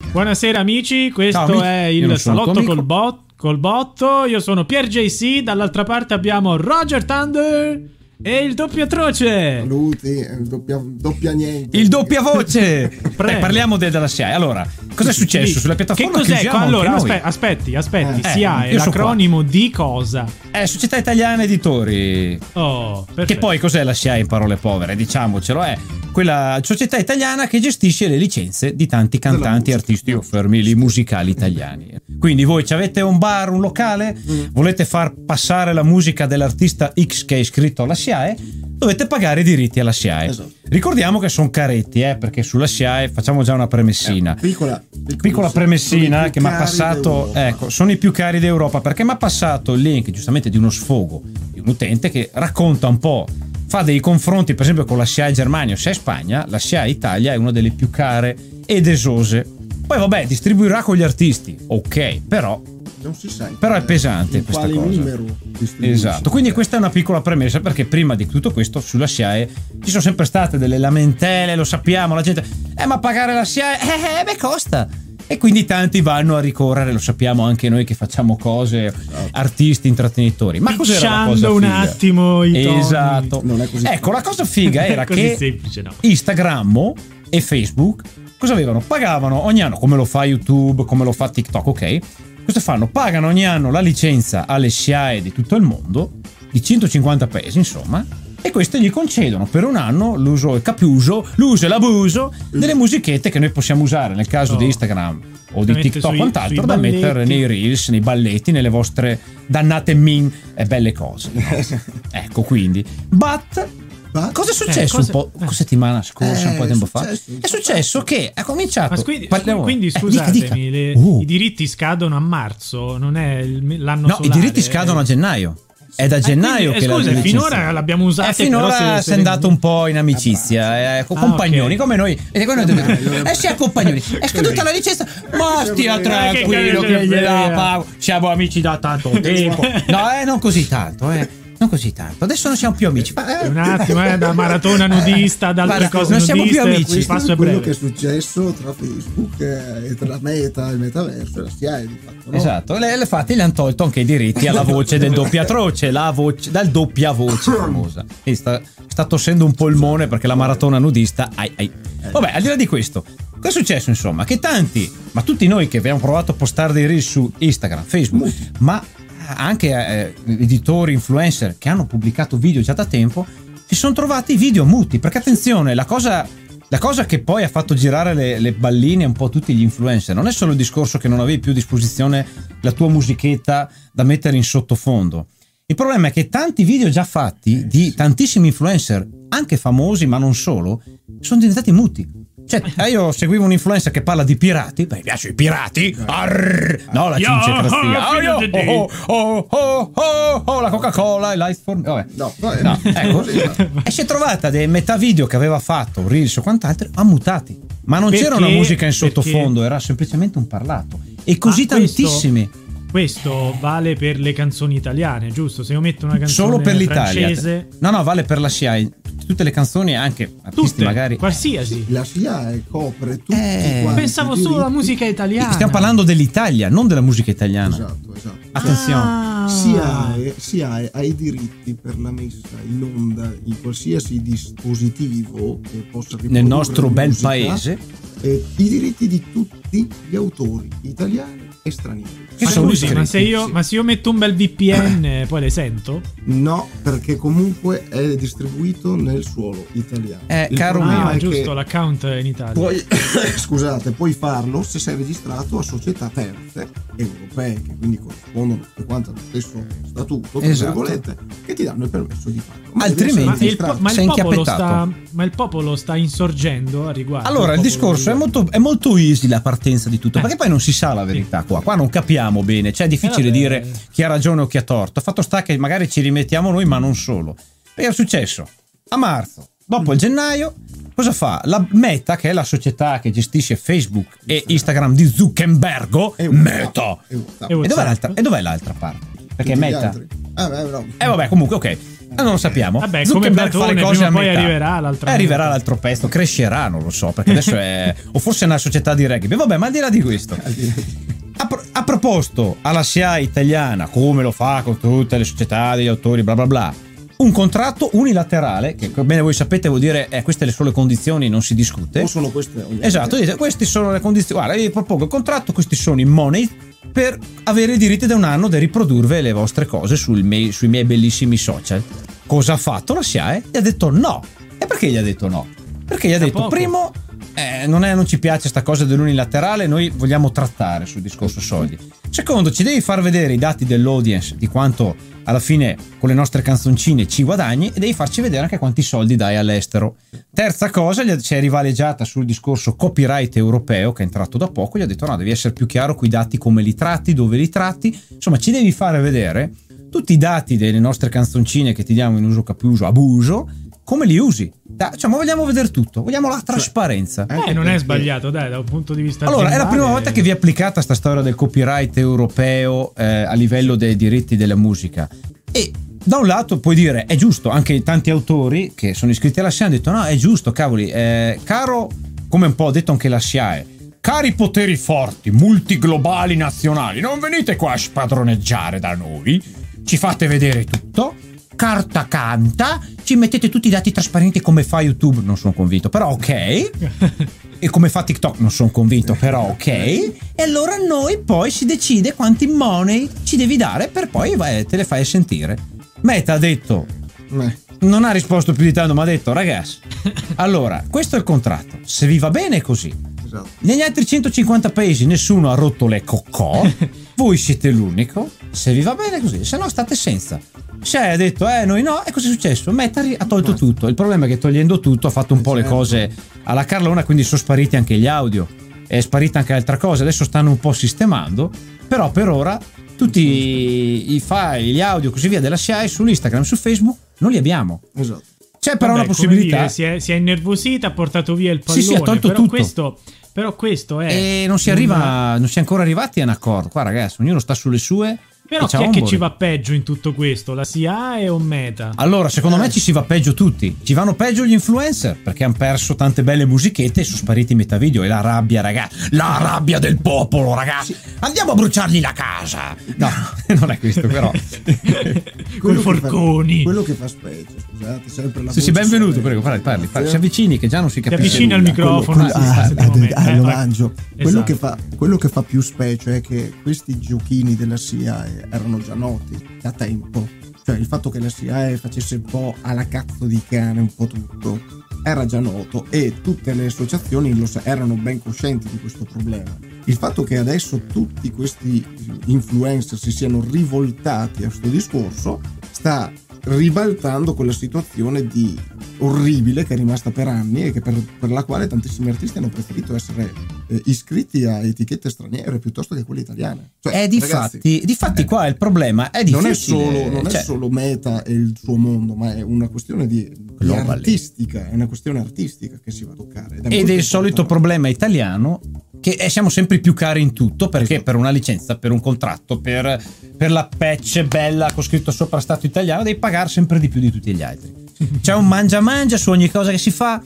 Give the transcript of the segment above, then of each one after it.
Buonasera amici, questo Ciao, è il salotto col botto. Io sono Pier JC, dall'altra parte abbiamo Roger Thunder e il doppio atroce. Saluti, doppia niente. Il doppia voce. Parliamo della SIAE. Allora, cosa è successo sulla piattaforma? Che cos'è? Allora, aspetti. SIAE è l'acronimo di cosa? Società Italiana Editori. Oh, perfetto. Che poi cos'è la SIAE in parole povere? Diciamocelo, è quella società italiana che gestisce le licenze di tanti cantanti, artisti o fermili musicali italiani. Quindi voi avete un bar, un locale, volete far passare la musica dell'artista X che è iscritto alla SIAE, dovete pagare i diritti alla SIAE. Esatto. Ricordiamo che sono caretti, perché sulla SIAE facciamo già una premessina. Piccola premessina che mi ha passato, sono i più cari d'Europa, perché mi ha passato il link giustamente di uno sfogo di un utente che racconta un po', fa dei confronti per esempio con la SIAE Germania o SIAE Spagna. La SIAE Italia è una delle più care ed esose. Poi vabbè, distribuirà con gli artisti, ok, però non si sa, però è pesante questa cosa. Esatto, quindi questa è una piccola premessa, perché prima di tutto questo sulla SIAE ci sono sempre state delle lamentele, lo sappiamo, la gente ma pagare la SIAE costa, e quindi tanti vanno a ricorrere, lo sappiamo anche noi che facciamo cose, artisti, intrattenitori. Ma cos'era la cosa un figa? Attimo i toni. Esatto, non è così ecco, la cosa figa era che semplice, no. Instagram e Facebook cosa avevano? Pagavano ogni anno, come lo fa YouTube, come lo fa TikTok, ok? Cosa fanno? Pagano ogni anno la licenza alle SIAE di tutto il mondo, di 150 paesi insomma, e queste gli concedono per un anno l'uso e capiuso, l'uso e l'abuso delle musichette che noi possiamo usare nel caso di Instagram o di TikTok o quant'altro, da mettere nei reels, nei balletti, nelle vostre dannate meme e belle cose, no? Ecco, quindi cosa è successo un po' settimana scorsa, un po' di tempo fa? È successo che ha cominciato. Quindi scusatemi, i diritti scadono a marzo, non è l'anno solare. No, i diritti scadono a gennaio. È da gennaio che scusa, finora l'abbiamo usata. Finora si è andato un po' in amicizia, compagnoni, okay, come noi. Siamo compagnoni. È scaduta la licenza, ma stia tranquillo che gliela pago. Siamo amici da tanto tempo. No, non così tanto, non così tanto. Adesso non siamo più amici. Un attimo, da maratona nudista, da altre cose non siamo più amici. Questo è quello che è successo tra Facebook e tra Meta e il metaverso e la SIAE, di fatto, no? Esatto, infatti le hanno tolto anche i diritti alla voce del doppia atroce, la voce dal doppia voce famosa. E sta tossendo un polmone perché la maratona nudista. Vabbè, al di là di questo, cosa è successo insomma? Che ma tutti noi che abbiamo provato a postare dei reel su Instagram, Facebook, ma anche editori, influencer che hanno pubblicato video già da tempo, si sono trovati video muti, perché attenzione, la cosa che poi ha fatto girare le balline un po' tutti gli influencer non è solo il discorso che non avevi più a disposizione la tua musichetta da mettere in sottofondo. Il problema è che tanti video già fatti di tantissimi influencer, anche famosi ma non solo, sono diventati muti. Cioè, io seguivo un influencer che parla di pirati. Mi piacciono i pirati. No, la cincecrazia. La Coca-Cola, il Life for me. Vabbè. No, ecco. E si è trovata dei metà video che aveva fatto, reels o quant'altro, ammutati. Ma non c'era una musica in sottofondo, era semplicemente un parlato. E così tantissime. Questo vale per le canzoni italiane, giusto? Se io metto una canzone solo per l'Italia, francese... No, vale per la SIAE. Tutte le canzoni, anche artisti magari. Qualsiasi. La SIAE copre tutti quanti. Pensavo solo alla musica italiana. Stiamo parlando dell'Italia, non della musica italiana. Esatto. Attenzione. SIAE ha i diritti per la messa in onda in qualsiasi dispositivo che possa riprodurre nel nostro bel musica, paese. I diritti di tutti gli autori italiani e stranieri. Ma se io metto un bel VPN poi le sento? No, perché comunque è distribuito nel suolo italiano. Caro mio, giusto, l'account è in Italia. Puoi farlo se sei registrato a società terze europee, che quindi corrispondono tutte quante allo stesso statuto, che ti danno il permesso di farlo. Altrimenti il popolo sta insorgendo a riguardo. Allora, il discorso è molto easy, la partenza di tutto, perché poi non si sa la verità qua non capiamo bene, cioè è difficile dire chi ha ragione o chi ha torto. Fatto sta che magari ci rimettiamo noi, ma non solo. Perché è successo a marzo, dopo il gennaio, cosa fa? La Meta, che è la società che gestisce Facebook e Instagram di Zuckerberg, Meta. E dov'è l'altra parte? Perché Meta. No. Vabbè, comunque, ok. Non lo sappiamo. Vabbè, Zuckerberg come fa le Platone, cose a prima o poi metà. arriverà l'altro pezzo, crescerà, non lo so, perché adesso è o forse è una società di rugby. Vabbè, ma al di là di questo, ha proposto alla SIAE italiana, come lo fa con tutte le società degli autori, bla bla bla, un contratto unilaterale, che come bene voi sapete vuol dire queste le sole condizioni, non si discute. O sono queste? Esatto, dite, queste sono le condizioni. Guarda, vi propongo il contratto, questi sono i money per avere i diritti da un anno da riprodurre le vostre cose sui miei bellissimi social. Cosa ha fatto la SIAE? Gli ha detto no. E perché gli ha detto no? Perché gli ha detto, primo, non ci piace sta cosa dell'unilaterale, noi vogliamo trattare sul discorso soldi. Secondo, ci devi far vedere i dati dell'audience, di quanto alla fine con le nostre canzoncine ci guadagni, e devi farci vedere anche quanti soldi dai all'estero. Terza cosa, si è rivaleggiata sul discorso copyright europeo, che è entrato da poco. Gli ha detto no, devi essere più chiaro coi dati, come li tratti, dove li tratti, insomma ci devi fare vedere tutti i dati delle nostre canzoncine che ti diamo in uso capiuso abuso, come li usi. Cioè, ma vogliamo vedere tutto, vogliamo la trasparenza. Non è sbagliato, dai, da un punto di vista allora, aziendale. è la prima volta che vi è applicata sta storia del copyright europeo a livello dei diritti della musica. E da un lato puoi dire è giusto, anche tanti autori che sono iscritti alla SIAE hanno detto no, è giusto, cavoli, caro, come un po' ha detto anche la SIAE, cari poteri forti, multiglobali nazionali, non venite qua a spadroneggiare da noi, ci fate vedere tutto, carta canta, ci mettete tutti i dati trasparenti come fa YouTube, non sono convinto, però ok, e come fa TikTok, non sono convinto, però ok, e allora noi poi si decide quanti money ci devi dare per poi te le fai sentire. Meta ha detto, non ha risposto più di tanto, ma ha detto ragazzi, allora questo è il contratto, se vi va bene è così. Esatto. Negli altri 150 paesi nessuno ha rotto le coccò, voi siete l'unico, se vi va bene così, se no state senza. Ha detto noi no, e cosa è successo? Meta ha tolto tutto. Il problema è che togliendo tutto ha fatto un po' le cose alla Carlona, quindi sono spariti anche gli audio, è sparita anche altra cosa, adesso stanno un po' sistemando, però per ora tutti i file, gli audio così via della SIAE su Instagram, su Facebook non li abbiamo. Esatto. C'è però una possibilità. Dire, si è innervosita, ha portato via il pallone. Sì, ha tolto però tutto. Però questo è. E non si è ancora arrivati a un accordo. Qua, ragazzi, ognuno sta sulle sue. Però chi è che ci va peggio in tutto questo? La SIAE o Meta? Allora, secondo me ci si va peggio tutti. Ci vanno peggio gli influencer, perché hanno perso tante belle musichette e sono spariti metà video. E la rabbia, ragazzi. La rabbia del popolo, ragazzi. Andiamo a bruciargli la casa. No, non è questo, però. Con forconi. Quello che fa specie, scusate, sempre la Sì, benvenuto, prego, parli. Si avvicini, che già non si capisce. Si avvicina al microfono. Lo mangio. Esatto. Quello che fa più specie è che questi giochini della SIAE erano già noti da tempo, cioè il fatto che la SIAE facesse un po' alla cazzo di cane un po' tutto era già noto e tutte le associazioni erano ben coscienti di questo problema. Il fatto che adesso tutti questi influencer si siano rivoltati a questo discorso sta ribaltando quella situazione di orribile che è rimasta per anni e che per la quale tantissimi artisti hanno preferito essere iscritti a etichette straniere piuttosto che quelle italiane. Cioè, difatti qua il problema è difficile. Non è solo Meta e il suo mondo, ma è una questione di artistica, è una questione artistica che si va a toccare. Ed è il solito problema italiano, che siamo sempre più cari in tutto, perché esatto. Per una licenza, per un contratto, per la patch bella con scritto sopra Stato italiano, devi pagare sempre di più di tutti gli altri. C'è un mangia su ogni cosa che si fa.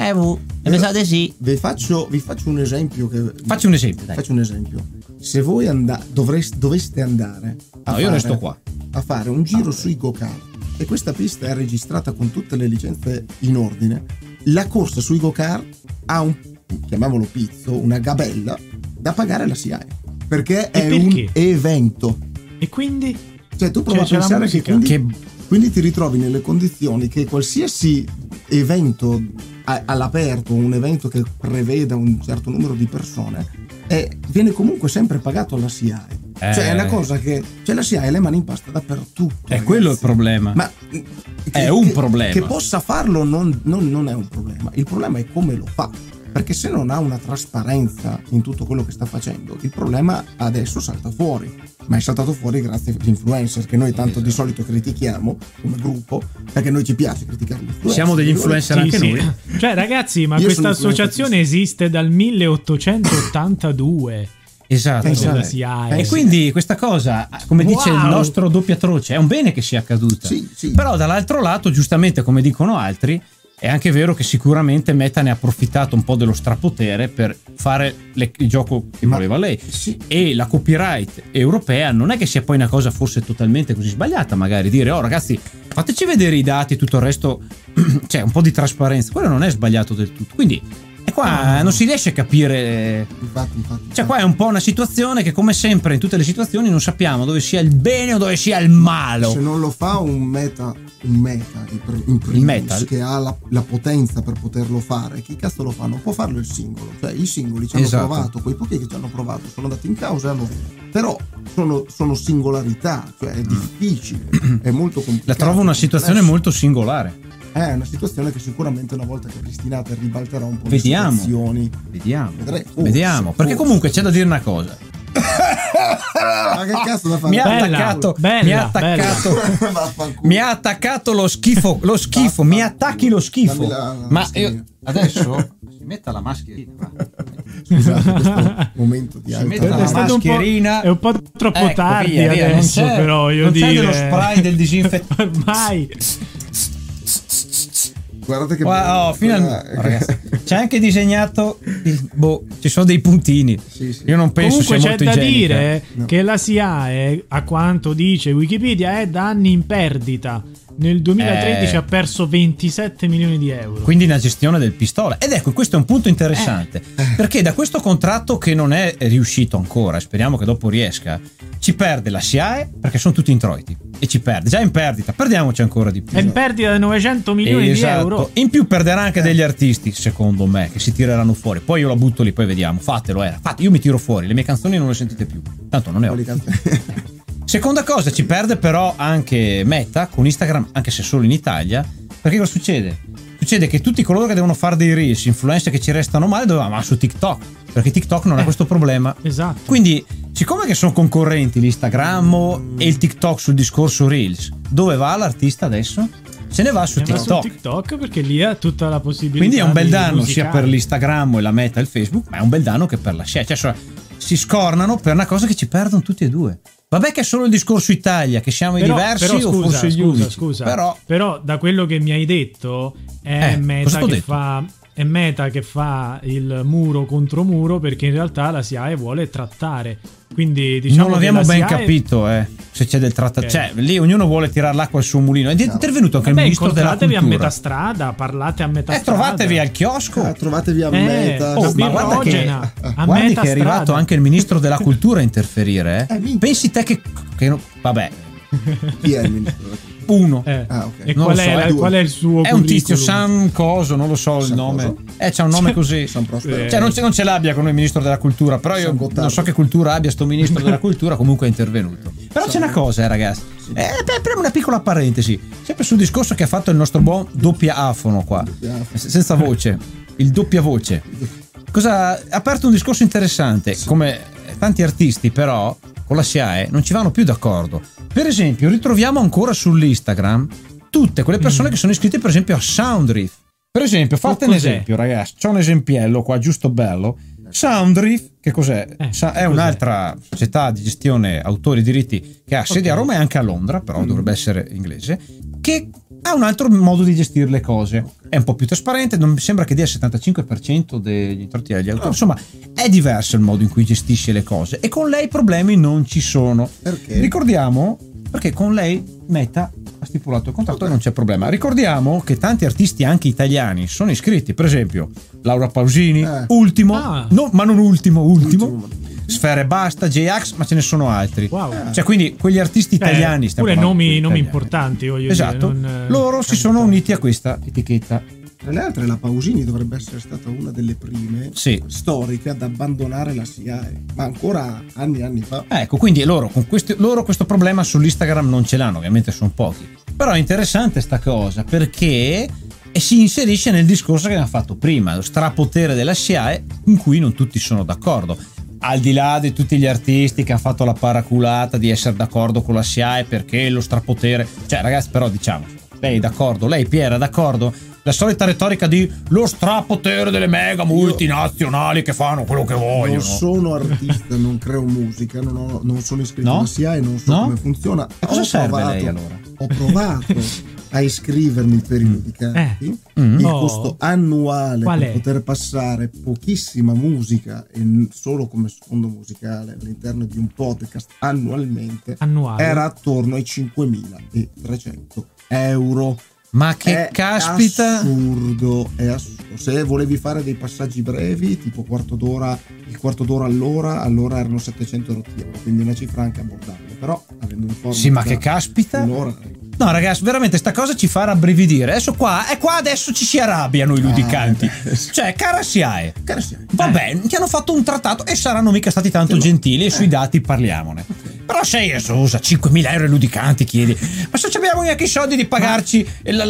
Pensate sì. Vi faccio un esempio. Faccio un esempio, dai. Faccio un esempio. Se voi doveste andare io resto qua a fare un giro sui go-kart e questa pista è registrata con tutte le licenze in ordine, la corsa sui go-kart ha un, chiamiamolo pizzo, una gabella da pagare alla SIAE, perché è un evento. E quindi? Cioè tu prova a pensare che quindi ti ritrovi nelle condizioni che qualsiasi evento all'aperto, un evento che preveda un certo numero di persone, viene comunque sempre pagato alla SIAE. Cioè è una cosa che la SIAE ha le mani in pasta dappertutto. È quello il problema. Ma è un problema. Che possa farlo non è un problema. Il problema è come lo fa. Perché se non ha una trasparenza in tutto quello che sta facendo, il problema adesso salta fuori. Ma è saltato fuori grazie agli influencer, che noi tanto di solito critichiamo come gruppo, perché noi ci piace criticare gli influencer. Siamo degli influencer anche noi. Cioè ragazzi, ma questa associazione esiste dal 1882 Esatto. della SIAE. E quindi questa cosa, come dice il nostro doppio atroce, è un bene che sia accaduta. Sì. Però dall'altro lato, giustamente come dicono altri, è anche vero che sicuramente Meta ne ha approfittato un po' dello strapotere per fare il gioco che voleva lei. Sì. E la copyright europea non è che sia poi una cosa forse totalmente così sbagliata, magari dire ragazzi fateci vedere i dati e tutto il resto, cioè un po' di trasparenza, quello non è sbagliato del tutto. Quindi e qua non si riesce a capire. Infatti. Cioè qua è un po' una situazione che come sempre in tutte le situazioni non sappiamo dove sia il bene o dove sia il male. Se non lo fa un meta in primis, metal che ha la potenza per poterlo fare, chi cazzo lo fa? Non può farlo il singolo. Cioè i singoli ci hanno provato, quei pochi che ci hanno provato sono andati in causa e hanno vinto. Però sono singolarità, cioè è difficile, è molto complicato. La trovo una situazione molto singolare. È una situazione che sicuramente una volta che pristinata ribalterà un po' Vediamo. le situazioni. Vediamo. Perché comunque c'è da dire una cosa. Ma che cazzo da fare? Mi ha attaccato lo schifo. Mi attacchi lo schifo. Ma io adesso si metta la mascherina. Scusate, questo momento di si metta la mascherina. È un po' troppo tardi via, adesso, però io non c'è dello spray del disinfettante. Ormai. Guardate che finalmente ragazzi, c'è anche disegnato ci sono dei puntini. Sì. Io non penso comunque sia c'è molto da igienica. dire che la SIAE, a quanto dice Wikipedia, è da anni in perdita. Nel 2013 ha perso 27 milioni di euro. Quindi una gestione del pistola. Ed ecco, questo è un punto interessante, perché da questo contratto che non è riuscito ancora, speriamo che dopo riesca, ci perde la SIAE perché sono tutti introiti e ci perde, già in perdita, perdiamoci ancora di più. È in perdita da 900 milioni di euro. In più perderà anche degli artisti, secondo me, che si tireranno fuori. Poi io la butto lì, poi vediamo. Fatelo, io mi tiro fuori, le mie canzoni non le sentite più, tanto non ne ho. Seconda cosa, ci perde però anche Meta con Instagram, anche se solo in Italia, perché cosa succede? Succede che tutti coloro che devono fare dei reels, influencer che ci restano male, dovevano su TikTok, perché TikTok non ha questo problema. Esatto. Quindi, siccome che sono concorrenti l'Instagram e il TikTok sul discorso reels, dove va l'artista adesso? Se ne va su TikTok. Perché lì ha tutta la possibilità. Quindi è un bel danno musicare. sia per l'Instagram e la Meta e il Facebook, ma è un bel danno che per la SIAE. Cioè, si scornano per una cosa che ci perdono tutti e due. Vabbè che è solo il discorso Italia, che siamo i diversi però, o forse gli unici. Scusa, però da quello che mi hai detto è Meta che fa il muro contro muro, perché in realtà la SIAE vuole trattare. Quindi diciamo non abbiamo ben SIAE... capito se c'è del trattato. Cioè lì ognuno vuole tirare l'acqua al suo mulino. È intervenuto anche il ministro della cultura. a metà strada, parlate a metà strada. Trovatevi al chiosco. Trovatevi a Meta. Ma guarda che è arrivato anche il ministro della cultura a interferire. Pensi te che vabbè. Chi è il ministro? Uno. Okay. E qual è il suo È un tizio San Coso, non lo so il nome. C'ha un nome così. Cioè non ce l'abbia con il ministro della cultura, però io non so che cultura abbia sto ministro della cultura, comunque è intervenuto. Però c'è una cosa, ragazzi. Apriamo una piccola parentesi. Sempre sul discorso che ha fatto il nostro buon doppia afono qua. Senza voce. Il doppia voce. Ha aperto un discorso interessante. Come tanti artisti, però, con la SIAE non ci vanno più d'accordo. Per esempio, ritroviamo ancora sull'Instagram tutte quelle persone che sono iscritte, per esempio, a Soundriff. Per esempio, fate un esempio, ragazzi. C'ho un esempiello qua, giusto bello. Soundriff, che cos'è? È un'altra società di gestione autori e diritti che ha sede a Roma e anche a Londra, però dovrebbe essere inglese, che ha un altro modo di gestire le cose. È un po' più trasparente, non mi sembra che dia il 75% degli introiti agli autori. Insomma, è diverso il modo in cui gestisce le cose e con lei problemi non ci sono. Perché? Ricordiamo, perché con lei Meta ha stipulato il contratto e non c'è problema. Ricordiamo che tanti artisti anche italiani sono iscritti, per esempio Laura Pausini, Ultimo, ma non ultimo. Sfere Basta, J-Ax, ma ce ne sono altri. Wow. Cioè, quindi quegli artisti italiani, pure nomi importanti, voglio dire. Loro si sono uniti a questa etichetta. Tra le altre, la Pausini dovrebbe essere stata una delle prime storiche ad abbandonare la SIAE, ma ancora anni fa. Ecco, quindi loro questo problema sull'Instagram non ce l'hanno, ovviamente sono pochi. Però è interessante sta cosa perché si inserisce nel discorso che abbiamo fatto prima, lo strapotere della SIAE, in cui non tutti sono d'accordo. Al di là di tutti gli artisti che hanno fatto la paraculata di essere d'accordo con la SIAE perché lo strapotere, cioè ragazzi, però diciamo, lei è d'accordo, lei Piera è d'accordo, la solita retorica di lo strapotere delle mega multinazionali che fanno quello che vogliono. Non sono artista, non creo musica, non sono iscritto alla SIAE e non so come funziona. A cosa serve lei allora? Ho provato a iscrivermi per i Ludicati. Il costo annuale per poter passare pochissima musica e solo come sfondo musicale all'interno di un podcast annualmente era attorno ai 5.300 euro. Ma che caspita! È assurdo. Se volevi fare dei passaggi brevi, tipo il quarto d'ora allora erano 700 euro, quindi una cifra anche abbordabile. Però avendo un format. Sì, ma che caspita! No, ragazzi, veramente sta cosa ci fa rabbrividire. Adesso ci si arrabbiano i ludicanti. Cioè, cara SIAE. Vabbè, ti hanno fatto un trattato e saranno mica stati tanto gentili e sui dati parliamone. Però sei esosa, 5.000 euro ai ludicanti chiedi. Ma se abbiamo neanche i soldi di pagarci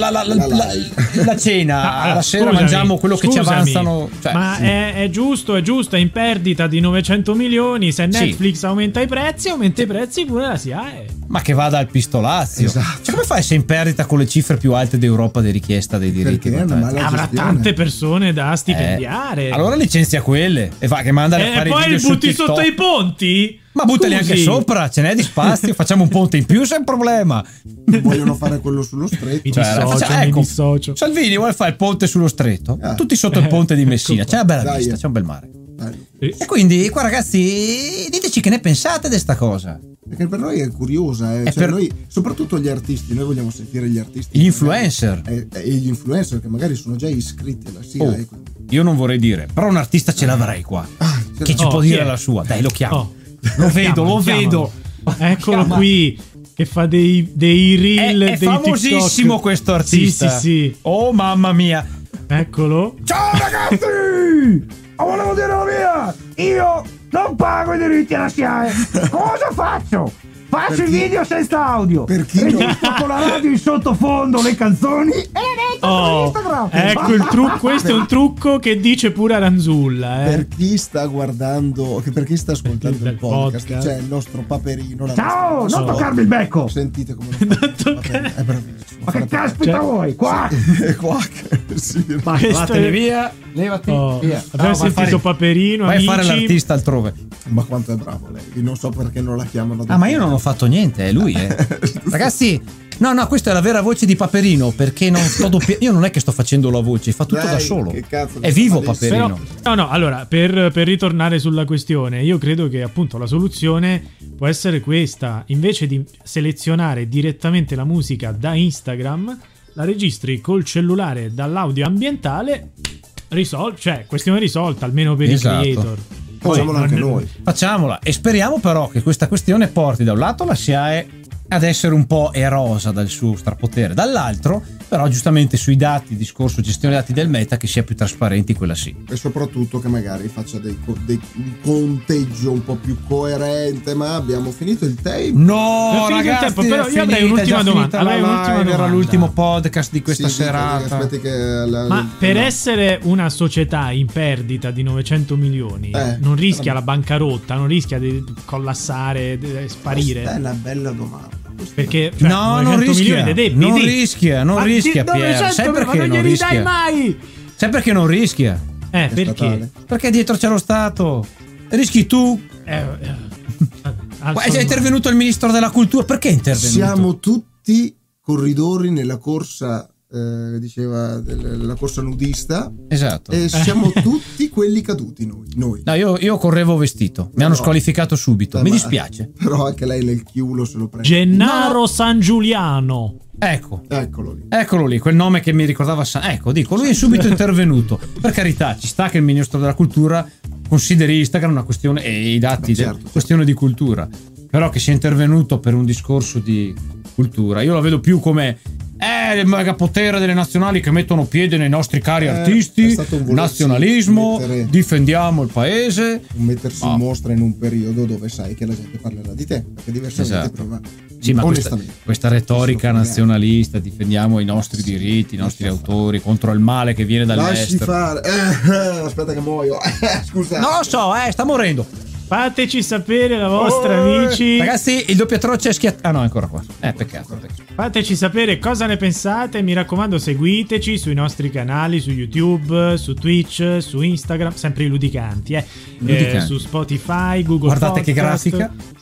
la cena, la sera mangiamo quello che ci avanzano. Cioè, ma è giusto, è in perdita di 900 milioni. Se Netflix aumenta i prezzi pure la SIAE. Ma che vada al pistolazio. Esatto. Cioè, come fai se in perdita con le cifre più alte d'Europa di richiesta dei diritti? Avrà tante persone da stipendiare. Allora licenzia quelle e va che manda a fare e poi li butti sotto i ponti? Ma buttali anche sopra, ce n'è di spazio, facciamo un ponte in più, sei un problema. Vogliono fare quello sullo stretto. Mi dissocio. Salvini vuole fare il ponte sullo stretto, tutti sotto il ponte di Messina, c'è una bella vista, c'è un bel mare. E quindi qua ragazzi diteci che ne pensate di sta cosa. Perché per noi è curiosa, noi, soprattutto gli artisti, noi vogliamo sentire gli artisti, gli influencer e gli influencer che magari sono già iscritti alla SIAE. Io non vorrei dire, però un artista ce l'avrei qua che ci può dire la sua. Dai, lo chiamo. Lo vedo. Eccolo qui che fa dei reel, è dei famosissimo TikTok. questo artista. Sì. Oh mamma mia. Eccolo. Ciao ragazzi. Volevo dire la mia. Io non pago i diritti alla SIAE. Cosa faccio? Faccio il video senza audio. Registro con la radio in sottofondo le canzoni e le metto su Instagram. Ecco il trucco. Questo è un trucco che dice pure Aranzulla. Per chi sta guardando, per chi sta ascoltando il podcast, c'è il nostro Paperino. Ciao, non toccarmi il becco. Sentite come lo fa. È bravissimo. Ma che caspita vuoi? Qua. Vattene via. Levati via. Abbiamo sentito Paperino. Vai a fare l'artista altrove. Ma quanto è bravo lei. Non so perché non la chiamano. Ma io non ho fatto niente, è lui. Ragazzi, no, questa è la vera voce di Paperino. Perché non sto io non è che sto facendo la voce, fa tutto da solo. È vivo Paperino. Però, no, allora, per ritornare sulla questione, io credo che appunto la soluzione può essere questa. Invece di selezionare direttamente la musica da Instagram, la registri col cellulare dall'audio ambientale. Cioè, questione risolta, almeno per i creator. Facciamola anche noi. Facciamola e speriamo però che questa questione porti da un lato la SIAE ad essere un po' erosa dal suo strapotere, dall'altro però giustamente sui dati, discorso gestione dati del Meta, che sia più trasparenti, quella sì. E soprattutto che magari faccia un conteggio un po' più coerente. Ma abbiamo finito il tape? No, ragazzi, il tempo, però io avrei un'ultima domanda. Era l'ultimo podcast di questa serata. Ma per essere una società in perdita di 900 milioni non rischia la bancarotta, non rischia di collassare, di sparire? Questa è una bella domanda. Perché non rischia, non rischia Pier. Sai perché non gli rischia? Mai? Sai perché non rischia? Perché? Perché dietro c'è lo Stato. Rischi tu. È intervenuto il ministro della cultura. Perché è intervenuto? Siamo tutti corridori nella corsa, diceva, la corsa nudista. Esatto. E siamo tutti quelli caduti noi. No, io correvo vestito. Mi hanno squalificato subito. Mi dispiace. Però anche lei nel chiulo se lo prende. Gennaro San Giuliano. Eccolo lì, quel nome che mi ricordava. Lui è subito intervenuto. Per carità, ci sta che il ministro della cultura consideri Instagram una questione e i dati questione di cultura. Però che sia intervenuto per un discorso di cultura, io lo vedo più come il megapotere delle nazionali che mettono piede nei nostri cari artisti, nazionalismo, difendiamo il paese. Mettersi in mostra in un periodo dove sai che la gente parlerà di te, perché diversamente sì, ma questa retorica nazionalista, difendiamo i nostri diritti, i nostri autori contro il male che viene dall'estero. Lasci fare. Aspetta che muoio. Scusa. Non lo so, sta morendo. Fateci sapere la vostra amici. Ragazzi, il doppiatroce è schiattato. Ah no, è ancora qua. Peccato. Fateci sapere cosa ne pensate, mi raccomando seguiteci sui nostri canali, su YouTube, su Twitch, su Instagram, sempre i ludicanti, Ludicanti. su Spotify, Google Guardate Podcast. che grafica.